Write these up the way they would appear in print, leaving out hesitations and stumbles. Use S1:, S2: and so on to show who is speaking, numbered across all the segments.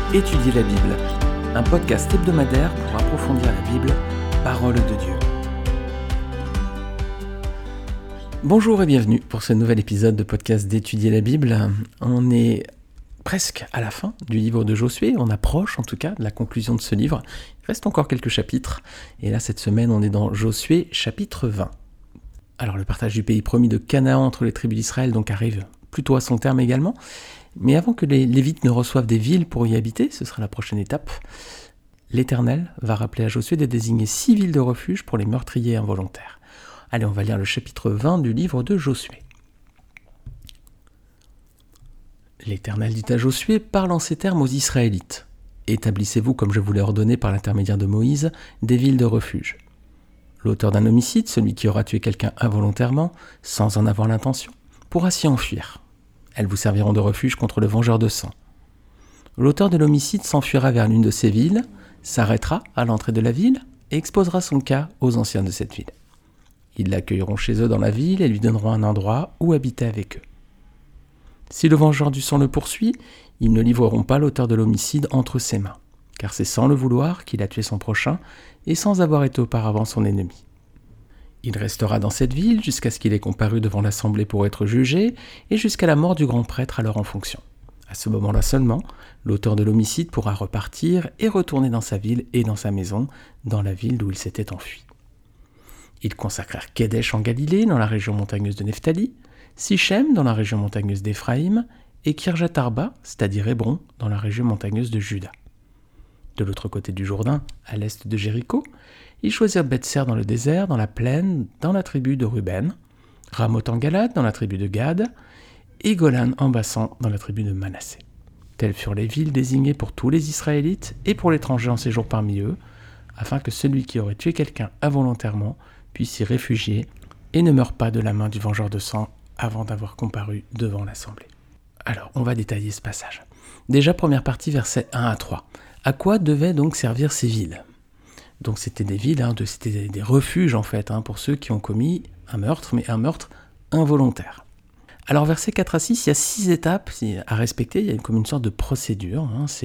S1: Étudier la Bible, un podcast hebdomadaire pour approfondir la Bible, parole de Dieu. Bonjour et bienvenue pour ce nouvel épisode de podcast d'Étudier la Bible. On est presque à la fin du livre de Josué, on approche en tout cas de la conclusion de ce livre. Il reste encore quelques chapitres, et là cette semaine on est dans Josué chapitre 20. Alors le partage du pays promis de Canaan entre les tribus d'Israël donc arrive plutôt à son terme également. Mais avant que les Lévites ne reçoivent des villes pour y habiter, ce sera la prochaine étape, l'Éternel va rappeler à Josué de désigner 6 villes de refuge pour les meurtriers involontaires. Allez, on va lire le chapitre 20 du livre de Josué. L'Éternel dit à Josué, parle en ces termes aux Israélites. Établissez-vous, comme je vous l'ai ordonné par l'intermédiaire de Moïse, des villes de refuge. L'auteur d'un homicide, celui qui aura tué quelqu'un involontairement, sans en avoir l'intention, pourra s'y enfuir. Elles vous serviront de refuge contre le vengeur de sang. L'auteur de l'homicide s'enfuira vers l'une de ces villes, s'arrêtera à l'entrée de la ville et exposera son cas aux anciens de cette ville. Ils l'accueilleront chez eux dans la ville et lui donneront un endroit où habiter avec eux. Si le vengeur du sang le poursuit, ils ne livreront pas l'auteur de l'homicide entre ses mains, car c'est sans le vouloir qu'il a tué son prochain et sans avoir été auparavant son ennemi. Il restera dans cette ville jusqu'à ce qu'il ait comparu devant l'assemblée pour être jugé et jusqu'à la mort du grand prêtre alors en fonction. À ce moment-là seulement, l'auteur de l'homicide pourra repartir et retourner dans sa ville et dans sa maison, dans la ville d'où il s'était enfui. Ils consacrèrent Kedesh en Galilée, dans la région montagneuse de Nephtali, Sichem dans la région montagneuse d'Éphraïm et Kirjat Arba, c'est-à-dire Hébron, dans la région montagneuse de Juda. De l'autre côté du Jourdain, à l'est de Jéricho, ils choisirent Beth-ser dans le désert, dans la plaine, dans la tribu de Ruben, Ramoth en Galade, dans la tribu de Gad, et Golan en Bassan, dans la tribu de Manassé. Telles furent les villes désignées pour tous les Israélites et pour l'étranger en séjour parmi eux, afin que celui qui aurait tué quelqu'un involontairement puisse s'y réfugier et ne meure pas de la main du vengeur de sang avant d'avoir comparu devant l'assemblée. Alors, on va détailler ce passage. Déjà, première partie, versets 1 à 3. À quoi devaient donc servir ces villes ? Donc c'était des villes, c'était des refuges en fait, pour ceux qui ont commis un meurtre, mais un meurtre involontaire. Alors versets 4 à 6, il y a 6 étapes à respecter, il y a comme une sorte de procédure.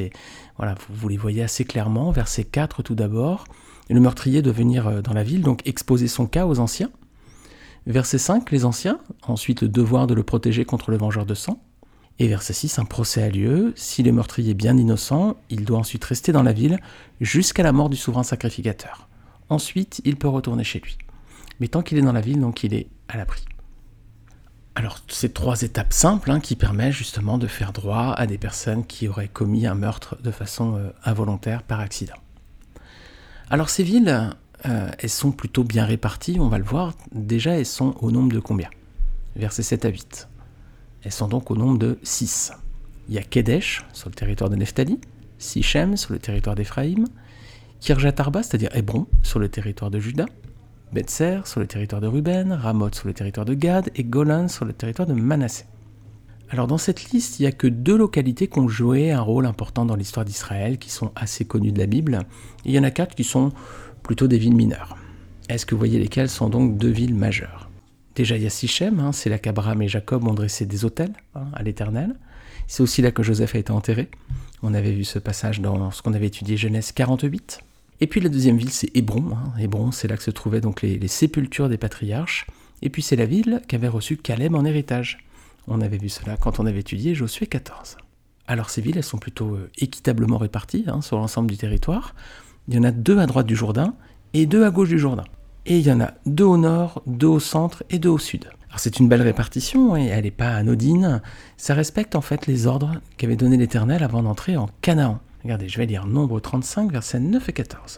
S1: Vous les voyez assez clairement. Verset 4 tout d'abord, le meurtrier doit venir dans la ville, donc exposer son cas aux anciens. Verset 5, les anciens, ensuite le devoir de le protéger contre le vengeur de sang. Et verset 6, un procès a lieu. Si le meurtrier est bien innocent, il doit ensuite rester dans la ville jusqu'à la mort du souverain sacrificateur. Ensuite, il peut retourner chez lui. Mais tant qu'il est dans la ville, donc il est à l'abri. Alors, ces 3 étapes simples qui permettent justement de faire droit à des personnes qui auraient commis un meurtre de façon involontaire par accident. Alors, ces villes, elles sont plutôt bien réparties, on va le voir. Déjà, elles sont au nombre de combien ? Versets 7 à 8. Elles sont donc au nombre de 6. Il y a Kedesh, sur le territoire de Nephtali, Sichem, sur le territoire d'Éphraïm, Kirjat Arba, c'est-à-dire Hébron, sur le territoire de Juda, Beth-ser, sur le territoire de Ruben, Ramoth, sur le territoire de Gad, et Golan, sur le territoire de Manassé. Alors dans cette liste, il n'y a que 2 localités qui ont joué un rôle important dans l'histoire d'Israël, qui sont assez connues de la Bible, et il y en a 4 qui sont plutôt des villes mineures. Est-ce que vous voyez lesquelles sont donc 2 villes majeures ? Déjà, il y a Sichem, c'est là qu'Abraham et Jacob ont dressé des autels à l'Éternel. C'est aussi là que Joseph a été enterré. On avait vu ce passage dans ce qu'on avait étudié Genèse 48. Et puis la deuxième ville, c'est Hébron. Hébron, c'est là que se trouvaient donc les sépultures des patriarches. Et puis c'est la ville qu'avait reçue Caleb en héritage. On avait vu cela quand on avait étudié Josué 14. Alors ces villes, elles sont plutôt équitablement réparties sur l'ensemble du territoire. Il y en a 2 à droite du Jourdain et 2 à gauche du Jourdain. Et il y en a 2 au nord, 2 au centre et 2 au sud. Alors c'est une belle répartition et elle n'est pas anodine. Ça respecte en fait les ordres qu'avait donné l'Éternel avant d'entrer en Canaan. Regardez, je vais lire Nombre 35, versets 9 et 14.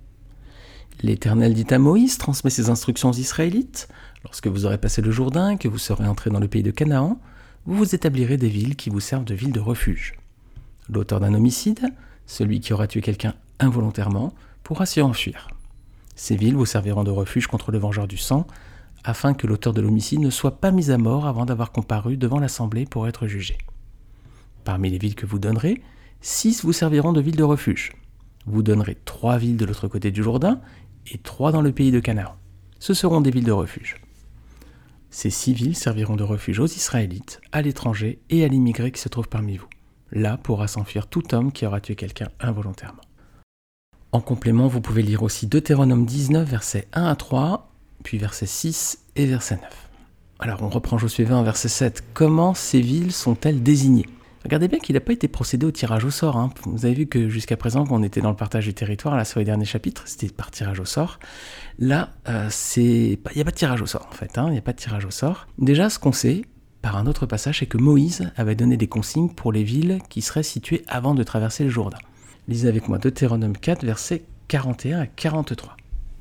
S1: L'Éternel dit à Moïse, transmet ses instructions aux Israélites. Lorsque vous aurez passé le Jourdain et que vous serez entrés dans le pays de Canaan, vous vous établirez des villes qui vous servent de villes de refuge. L'auteur d'un homicide, celui qui aura tué quelqu'un involontairement, pourra s'y enfuir. Ces villes vous serviront de refuge contre le vengeur du sang, afin que l'auteur de l'homicide ne soit pas mis à mort avant d'avoir comparu devant l'assemblée pour être jugé. Parmi les villes que vous donnerez, 6 vous serviront de villes de refuge. Vous donnerez 3 villes de l'autre côté du Jourdain et 3 dans le pays de Canaan. Ce seront des villes de refuge. Ces 6 villes serviront de refuge aux Israélites, à l'étranger et à l'immigré qui se trouve parmi vous. Là pourra s'enfuir tout homme qui aura tué quelqu'un involontairement. En complément, vous pouvez lire aussi Deutéronome 19, versets 1 à 3, puis versets 6 et verset 9. Alors on reprend Josué 20, verset 7. Comment ces villes sont-elles désignées ? Regardez bien qu'il n'a pas été procédé au tirage au sort. Vous avez vu que jusqu'à présent, quand on était dans le partage du territoire, là sur les derniers chapitres, c'était par tirage au sort. Là, il n'y a pas de tirage au sort en fait. Il n'y a pas de tirage au sort. Déjà, ce qu'on sait par un autre passage, c'est que Moïse avait donné des consignes pour les villes qui seraient situées avant de traverser le Jourdain. Lisez avec moi Deutéronome 4, versets 41 à 43.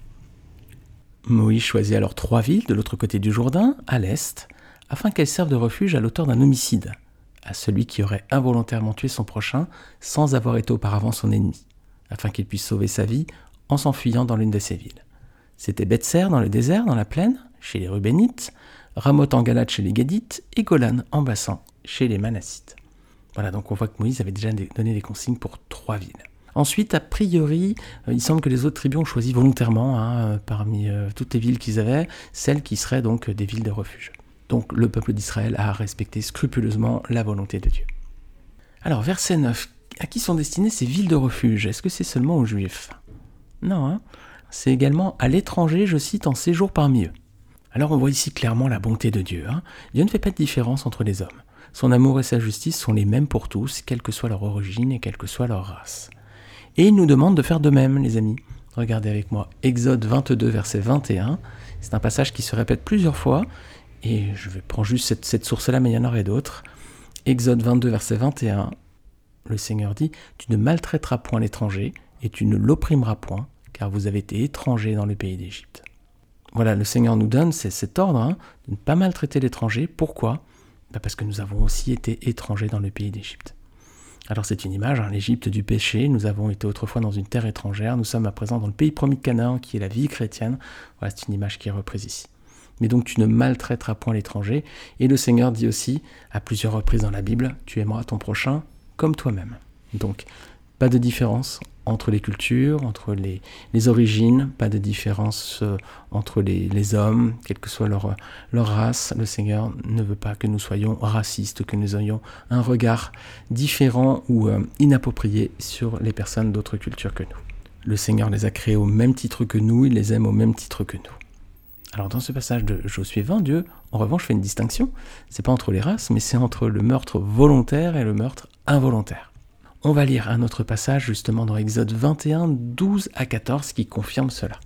S1: Moïse choisit alors 3 villes de l'autre côté du Jourdain, à l'est, afin qu'elles servent de refuge à l'auteur d'un homicide, à celui qui aurait involontairement tué son prochain sans avoir été auparavant son ennemi, afin qu'il puisse sauver sa vie en s'enfuyant dans l'une de ces villes. C'était Bethser dans le désert, dans la plaine, chez les Rubénites, Ramoth en Galate chez les Gadites et Golan en Bassan chez les Manassites. Voilà, donc on voit que Moïse avait déjà donné des consignes pour 3 villes. Ensuite, a priori, il semble que les autres tribus ont choisi volontairement, parmi toutes les villes qu'ils avaient, celles qui seraient donc des villes de refuge. Donc le peuple d'Israël a respecté scrupuleusement la volonté de Dieu. Alors, verset 9. À qui sont destinées ces villes de refuge ? Est-ce que c'est seulement aux Juifs ? Non, c'est également à l'étranger, je cite, en séjour parmi eux. Alors on voit ici clairement la bonté de Dieu. Dieu ne fait pas de différence entre les hommes. Son amour et sa justice sont les mêmes pour tous, quelle que soit leur origine et quelle que soit leur race. Et il nous demande de faire de même, les amis. Regardez avec moi Exode 22, verset 21. C'est un passage qui se répète plusieurs fois, et je vais prendre juste cette source-là, mais il y en aurait d'autres. Exode 22, verset 21, le Seigneur dit « Tu ne maltraiteras point l'étranger, et tu ne l'opprimeras point, car vous avez été étrangers dans le pays d'Égypte. » Voilà, le Seigneur nous donne cet ordre de ne pas maltraiter l'étranger. Pourquoi ? Parce que nous avons aussi été étrangers dans le pays d'Égypte. Alors c'est une image, l'Égypte du péché, nous avons été autrefois dans une terre étrangère, nous sommes à présent dans le pays promis de Canaan, qui est la vie chrétienne. Voilà, c'est une image qui est reprise ici. Mais donc tu ne maltraiteras point l'étranger, et le Seigneur dit aussi, à plusieurs reprises dans la Bible, tu aimeras ton prochain comme toi-même. Donc, pas de différence entre les cultures, entre les origines, pas de différence entre les hommes, quelle que soit leur race. Le Seigneur ne veut pas que nous soyons racistes, que nous ayons un regard différent ou inapproprié sur les personnes d'autres cultures que nous. Le Seigneur les a créés au même titre que nous, il les aime au même titre que nous. Alors dans ce passage de Josué 20, Dieu, en revanche, fait une distinction. C'est pas entre les races, mais c'est entre le meurtre volontaire et le meurtre involontaire. On va lire un autre passage justement dans Exode 21, 12 à 14 qui confirme cela.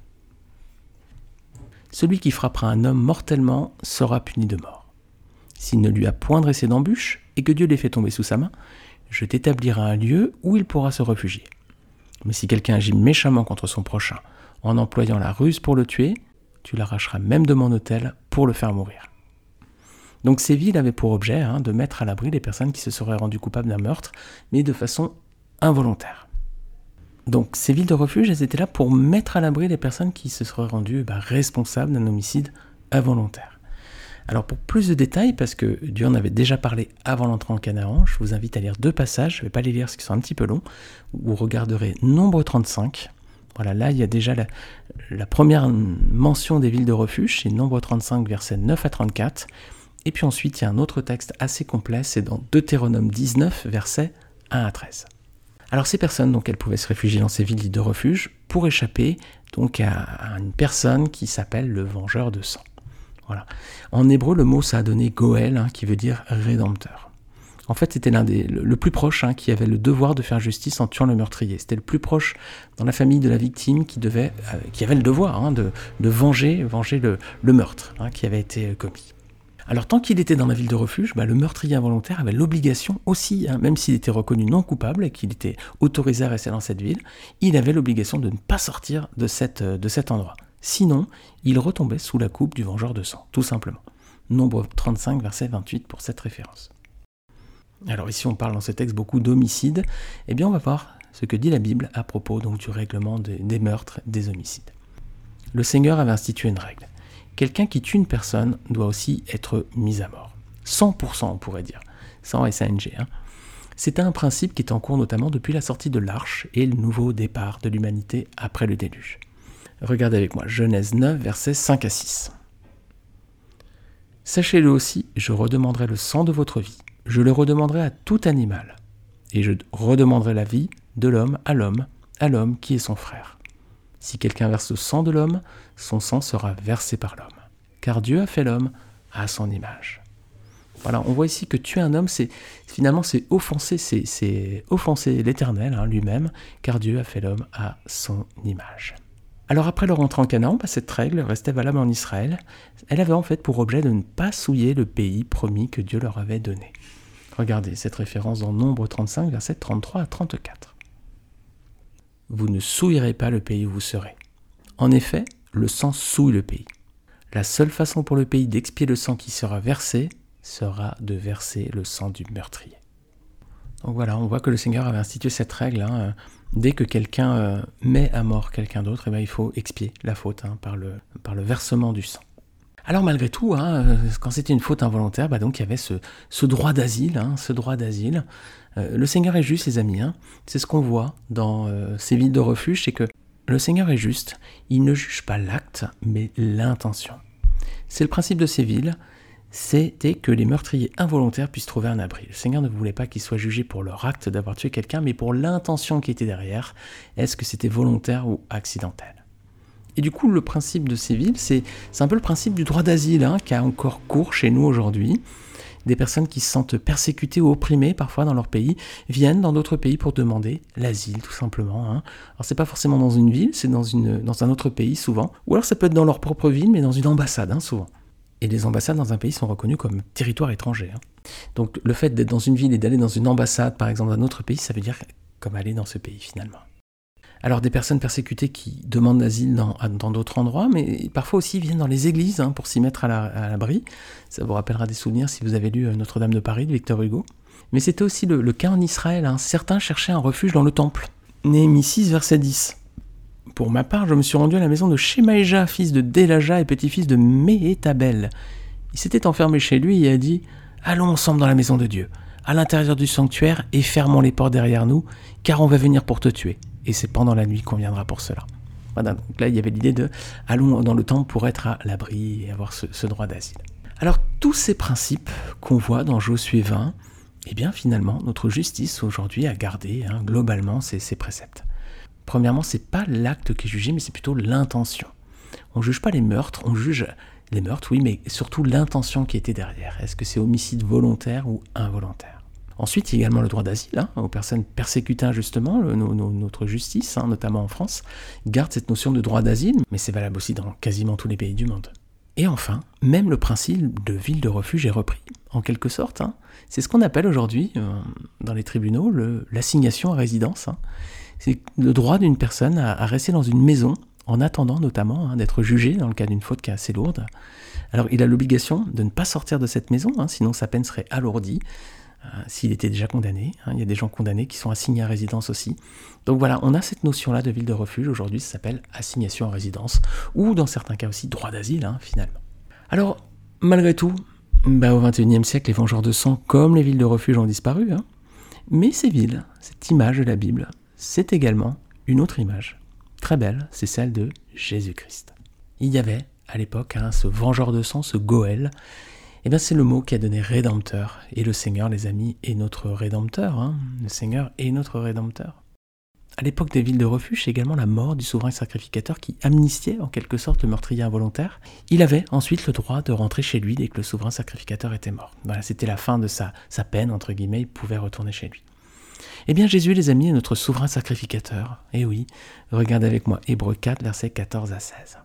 S1: Celui qui frappera un homme mortellement sera puni de mort. S'il ne lui a point dressé d'embûche et que Dieu l'ait fait tomber sous sa main, je t'établirai un lieu où il pourra se réfugier. Mais si quelqu'un agit méchamment contre son prochain en employant la ruse pour le tuer, tu l'arracheras même de mon autel pour le faire mourir. Donc ces villes avaient pour objet de mettre à l'abri les personnes qui se seraient rendues coupables d'un meurtre, mais de façon involontaire. Donc ces villes de refuge, elles étaient là pour mettre à l'abri les personnes qui se seraient rendues responsables d'un homicide involontaire. Alors pour plus de détails, parce que Dieu en avait déjà parlé avant l'entrée en Canaan, je vous invite à lire 2 passages, je ne vais pas les lire parce qu'ils sont un petit peu longs. Vous regarderez Nombre 35. Voilà, là il y a déjà la première mention des villes de refuge, c'est Nombre 35, versets 9 à 34. Et puis ensuite, il y a un autre texte assez complet, c'est dans Deutéronome 19, versets 1 à 13. Alors ces personnes, donc, elles pouvaient se réfugier dans ces villes de refuge pour échapper donc à une personne qui s'appelle le vengeur de sang. Voilà. En hébreu, le mot ça a donné Goël, qui veut dire rédempteur. En fait, c'était le plus proche qui avait le devoir de faire justice en tuant le meurtrier. C'était le plus proche dans la famille de la victime qui avait le devoir de venger le meurtre qui avait été commis. Alors tant qu'il était dans la ville de refuge, le meurtrier involontaire avait l'obligation aussi, même s'il était reconnu non coupable et qu'il était autorisé à rester dans cette ville, il avait l'obligation de ne pas sortir de cet endroit. Sinon, il retombait sous la coupe du vengeur de sang, tout simplement. Nombre 35, verset 28 pour cette référence. Alors ici on parle dans ce texte beaucoup d'homicide, eh bien on va voir ce que dit la Bible à propos donc du règlement des meurtres, des homicides. Le Seigneur avait institué une règle. Quelqu'un qui tue une personne doit aussi être mis à mort. 100% on pourrait dire, sans SANG. C'était un principe qui est en cours notamment depuis la sortie de l'Arche et le nouveau départ de l'humanité après le déluge. Regardez avec moi, Genèse 9, versets 5 à 6. « Sachez-le aussi, je redemanderai le sang de votre vie. Je le redemanderai à tout animal. et je redemanderai la vie de l'homme à l'homme qui est son frère. Si quelqu'un verse le sang de l'homme, son sang sera versé par l'homme. Car Dieu a fait l'homme à son image. Voilà, on voit ici que tuer un homme, c'est offenser l'Éternel lui-même, car Dieu a fait l'homme à son image. Alors après leur entrée en Canaan, cette règle restait valable en Israël. Elle avait en fait pour objet de ne pas souiller le pays promis que Dieu leur avait donné. Regardez cette référence dans Nombre 35, versets 33 à 34. Vous ne souillerez pas le pays où vous serez. En effet, le sang souille le pays. La seule façon pour le pays d'expier le sang qui sera versé sera de verser le sang du meurtrier. Donc voilà, on voit que le Seigneur avait institué cette règle. Dès que quelqu'un met à mort quelqu'un d'autre, il faut expier la faute par le versement du sang. Alors malgré tout, quand c'était une faute involontaire, donc il y avait ce droit d'asile. Le Seigneur est juste, les amis. C'est ce qu'on voit dans ces villes de refuge, c'est que le Seigneur est juste. Il ne juge pas l'acte, mais l'intention. C'est le principe de ces villes. C'était que les meurtriers involontaires puissent trouver un abri. Le Seigneur ne voulait pas qu'ils soient jugés pour leur acte d'avoir tué quelqu'un, mais pour l'intention qui était derrière. Est-ce que c'était volontaire ou accidentel ? Et du coup, le principe de ces villes, c'est un peu le principe du droit d'asile, qui a encore cours chez nous aujourd'hui. Des personnes qui se sentent persécutées ou opprimées parfois dans leur pays viennent dans d'autres pays pour demander l'asile, tout simplement. Alors c'est pas forcément dans une ville, c'est dans un autre pays souvent. Ou alors ça peut être dans leur propre ville, mais dans une ambassade, souvent. Et les ambassades dans un pays sont reconnues comme territoire étranger. Donc le fait d'être dans une ville et d'aller dans une ambassade, par exemple, d'un autre pays, ça veut dire comme aller dans ce pays finalement. Alors des personnes persécutées qui demandent l'asile dans d'autres endroits, mais parfois aussi viennent dans les églises pour s'y mettre à l'abri. Ça vous rappellera des souvenirs si vous avez lu Notre-Dame de Paris de Victor Hugo. Mais c'était aussi le cas en Israël. Certains cherchaient un refuge dans le temple. Néhémie 6, verset 10. Pour ma part, je me suis rendu à la maison de Shemaïja, fils de Délaja et petit-fils de Méhétabel. Il s'était enfermé chez lui et a dit « Allons ensemble dans la maison de Dieu, à l'intérieur du sanctuaire, et fermons les portes derrière nous, car on va venir pour te tuer. Et c'est pendant la nuit qu'on viendra pour cela. » Voilà, donc là il y avait l'idée de « Allons dans le temple pour être à l'abri et avoir ce droit d'asile. » Alors tous ces principes qu'on voit dans Josué 20, finalement, notre justice aujourd'hui a gardé globalement ces préceptes. Premièrement, c'est pas l'acte qui est jugé, mais c'est plutôt l'intention. On ne juge pas les meurtres, on juge les meurtres, oui, mais surtout l'intention qui était derrière. Est-ce que c'est homicide volontaire ou involontaire ? Ensuite, il y a également le droit d'asile, aux personnes persécutées injustement. Notre justice, notamment en France, garde cette notion de droit d'asile, mais c'est valable aussi dans quasiment tous les pays du monde. Et enfin, même le principe de ville de refuge est repris, en quelque sorte. C'est ce qu'on appelle aujourd'hui, dans les tribunaux, l'assignation à résidence. C'est le droit d'une personne à rester dans une maison, en attendant notamment d'être jugé dans le cas d'une faute qui est assez lourde. Alors il a l'obligation de ne pas sortir de cette maison, sinon sa peine serait alourdie, s'il était déjà condamné. Il y a des gens condamnés qui sont assignés à résidence aussi. Donc voilà, on a cette notion-là de ville de refuge. Aujourd'hui, ça s'appelle assignation à résidence, ou dans certains cas aussi droit d'asile, finalement. Alors, malgré tout, au XXIe siècle, les vengeurs de sang, comme les villes de refuge, ont disparu. Mais ces villes, cette image de la Bible, c'est également une autre image, très belle, c'est celle de Jésus-Christ. Il y avait, à l'époque, ce vengeur de sang, ce Goël. C'est le mot qui a donné rédempteur. Et le Seigneur, les amis, est notre rédempteur. Le Seigneur est notre rédempteur. À l'époque des villes de refuge, c'est également la mort du souverain sacrificateur qui amnistiait en quelque sorte le meurtrier involontaire. Il avait ensuite le droit de rentrer chez lui dès que le souverain sacrificateur était mort. Voilà, c'était la fin de sa peine, entre guillemets, il pouvait retourner chez lui. Jésus, les amis, est notre souverain sacrificateur. Et oui, regardez avec moi, Hébreux 4, versets 14 à 16.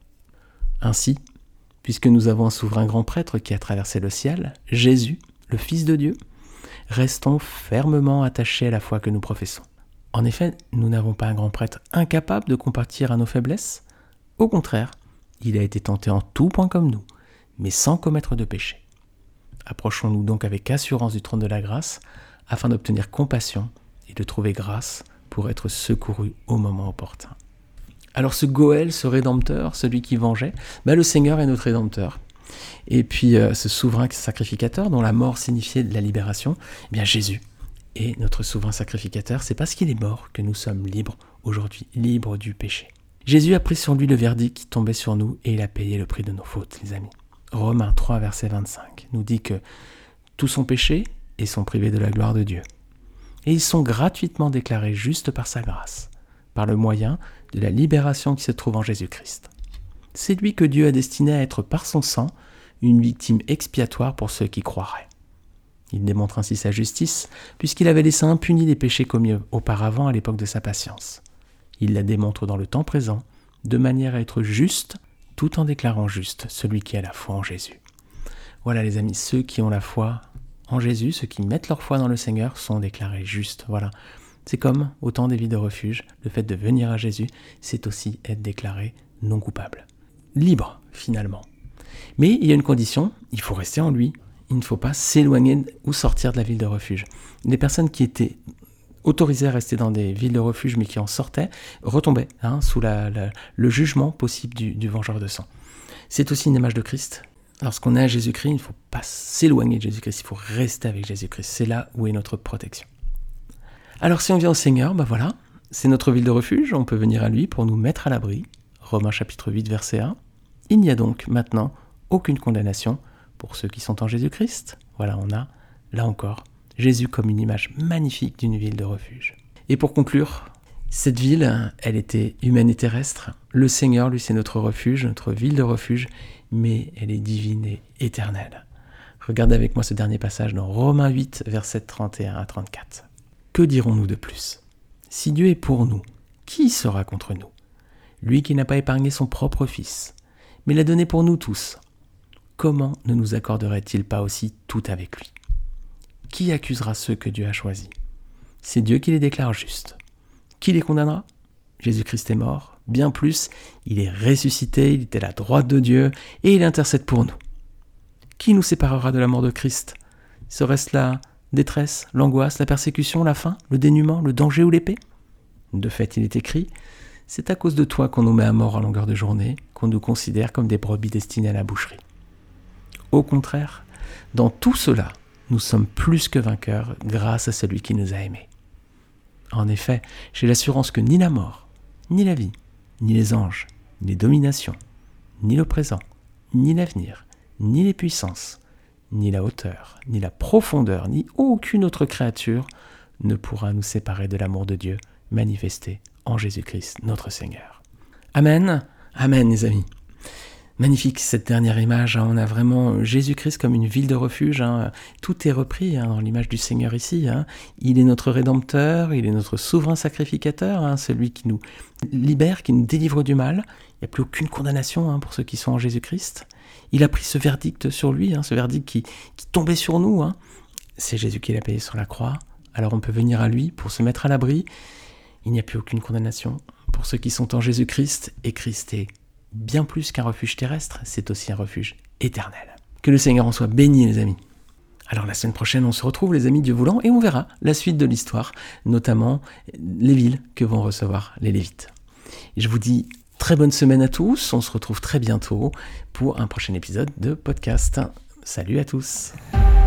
S1: Ainsi, puisque nous avons un souverain grand prêtre qui a traversé le ciel, Jésus, le Fils de Dieu, restons fermement attachés à la foi que nous professons. En effet, nous n'avons pas un grand prêtre incapable de compatir à nos faiblesses. Au contraire, il a été tenté en tout point comme nous, mais sans commettre de péché. Approchons-nous donc avec assurance du trône de la grâce, afin d'obtenir compassion et de trouver grâce pour être secouru au moment opportun. Alors ce Goël, ce rédempteur, celui qui vengeait, le Seigneur est notre rédempteur. Et puis ce souverain sacrificateur dont la mort signifiait la libération, Jésus est notre souverain sacrificateur. C'est parce qu'il est mort que nous sommes libres aujourd'hui, libres du péché. Jésus a pris sur lui le verdict qui tombait sur nous et il a payé le prix de nos fautes, les amis. Romains 3, verset 25 nous dit que tous sont péchés et sont privés de la gloire de Dieu. et ils sont gratuitement déclarés justes par sa grâce, par le moyen de la libération qui se trouve en Jésus-Christ. C'est lui que Dieu a destiné à être par son sang une victime expiatoire pour ceux qui croiraient. Il démontre ainsi sa justice, puisqu'il avait laissé impunis les péchés commis auparavant à l'époque de sa patience. Il la démontre dans le temps présent, de manière à être juste, tout en déclarant juste celui qui a la foi en Jésus. Voilà les amis, ceux qui ont la foi en Jésus, ceux qui mettent leur foi dans le Seigneur, sont déclarés justes. Voilà. C'est comme au temps des villes de refuge, le fait de venir à Jésus, c'est aussi être déclaré non coupable. Libre, finalement. Mais il y a une condition, il faut rester en lui. Il ne faut pas s'éloigner ou sortir de la ville de refuge. Les personnes qui étaient autorisées à rester dans des villes de refuge mais qui en sortaient, retombaient sous le jugement possible du vengeur de sang. C'est aussi une image de Christ. Lorsqu'on est à Jésus-Christ, il ne faut pas s'éloigner de Jésus-Christ, il faut rester avec Jésus-Christ. C'est là où est notre protection. Alors si on vient au Seigneur, voilà, c'est notre ville de refuge, on peut venir à lui pour nous mettre à l'abri. Romains chapitre 8, verset 1. Il n'y a donc maintenant aucune condamnation pour ceux qui sont en Jésus-Christ. Voilà, on a, là encore, Jésus comme une image magnifique d'une ville de refuge. Et pour conclure, cette ville, elle était humaine et terrestre. Le Seigneur, lui, c'est notre refuge, notre ville de refuge, mais elle est divine et éternelle. Regardez avec moi ce dernier passage dans Romains 8, versets 31 à 34. Que dirons-nous de plus ? Si Dieu est pour nous, qui sera contre nous ? Lui qui n'a pas épargné son propre Fils, mais l'a donné pour nous tous. Comment ne nous accorderait-il pas aussi tout avec lui ? Qui accusera ceux que Dieu a choisis ? C'est Dieu qui les déclare justes. Qui les condamnera ? Jésus-Christ est mort. Bien plus, il est ressuscité, il était à la droite de Dieu et il intercède pour nous. Qui nous séparera de l'amour de Christ ? Serait-ce la détresse, l'angoisse, la persécution, la faim, le dénuement, le danger ou l'épée ? De fait, il est écrit « C'est à cause de toi qu'on nous met à mort à longueur de journée, qu'on nous considère comme des brebis destinées à la boucherie. » Au contraire, dans tout cela, nous sommes plus que vainqueurs grâce à celui qui nous a aimés. En effet, j'ai l'assurance que ni la mort, ni la vie, ni les anges, ni les dominations, ni le présent, ni l'avenir, ni les puissances, ni la hauteur, ni la profondeur, ni aucune autre créature ne pourra nous séparer de l'amour de Dieu manifesté en Jésus-Christ, notre Seigneur. Amen, amen les amis. Magnifique cette dernière image, on a vraiment Jésus-Christ comme une ville de refuge, tout est repris dans l'image du Seigneur ici. Il est notre Rédempteur, il est notre souverain sacrificateur, celui qui nous libère, qui nous délivre du mal. Il n'y a plus aucune condamnation pour ceux qui sont en Jésus-Christ. Il a pris ce verdict sur lui, ce verdict qui tombait sur nous. C'est Jésus qui l'a payé sur la croix, alors on peut venir à lui pour se mettre à l'abri. Il n'y a plus aucune condamnation pour ceux qui sont en Jésus-Christ, et Christ est bien plus qu'un refuge terrestre, c'est aussi un refuge éternel. Que le Seigneur en soit béni les amis. Alors la semaine prochaine on se retrouve les amis Dieu voulant et on verra la suite de l'histoire, notamment les villes que vont recevoir les Lévites. Et je vous dis très bonne semaine à tous, on se retrouve très bientôt pour un prochain épisode de podcast. Salut à tous.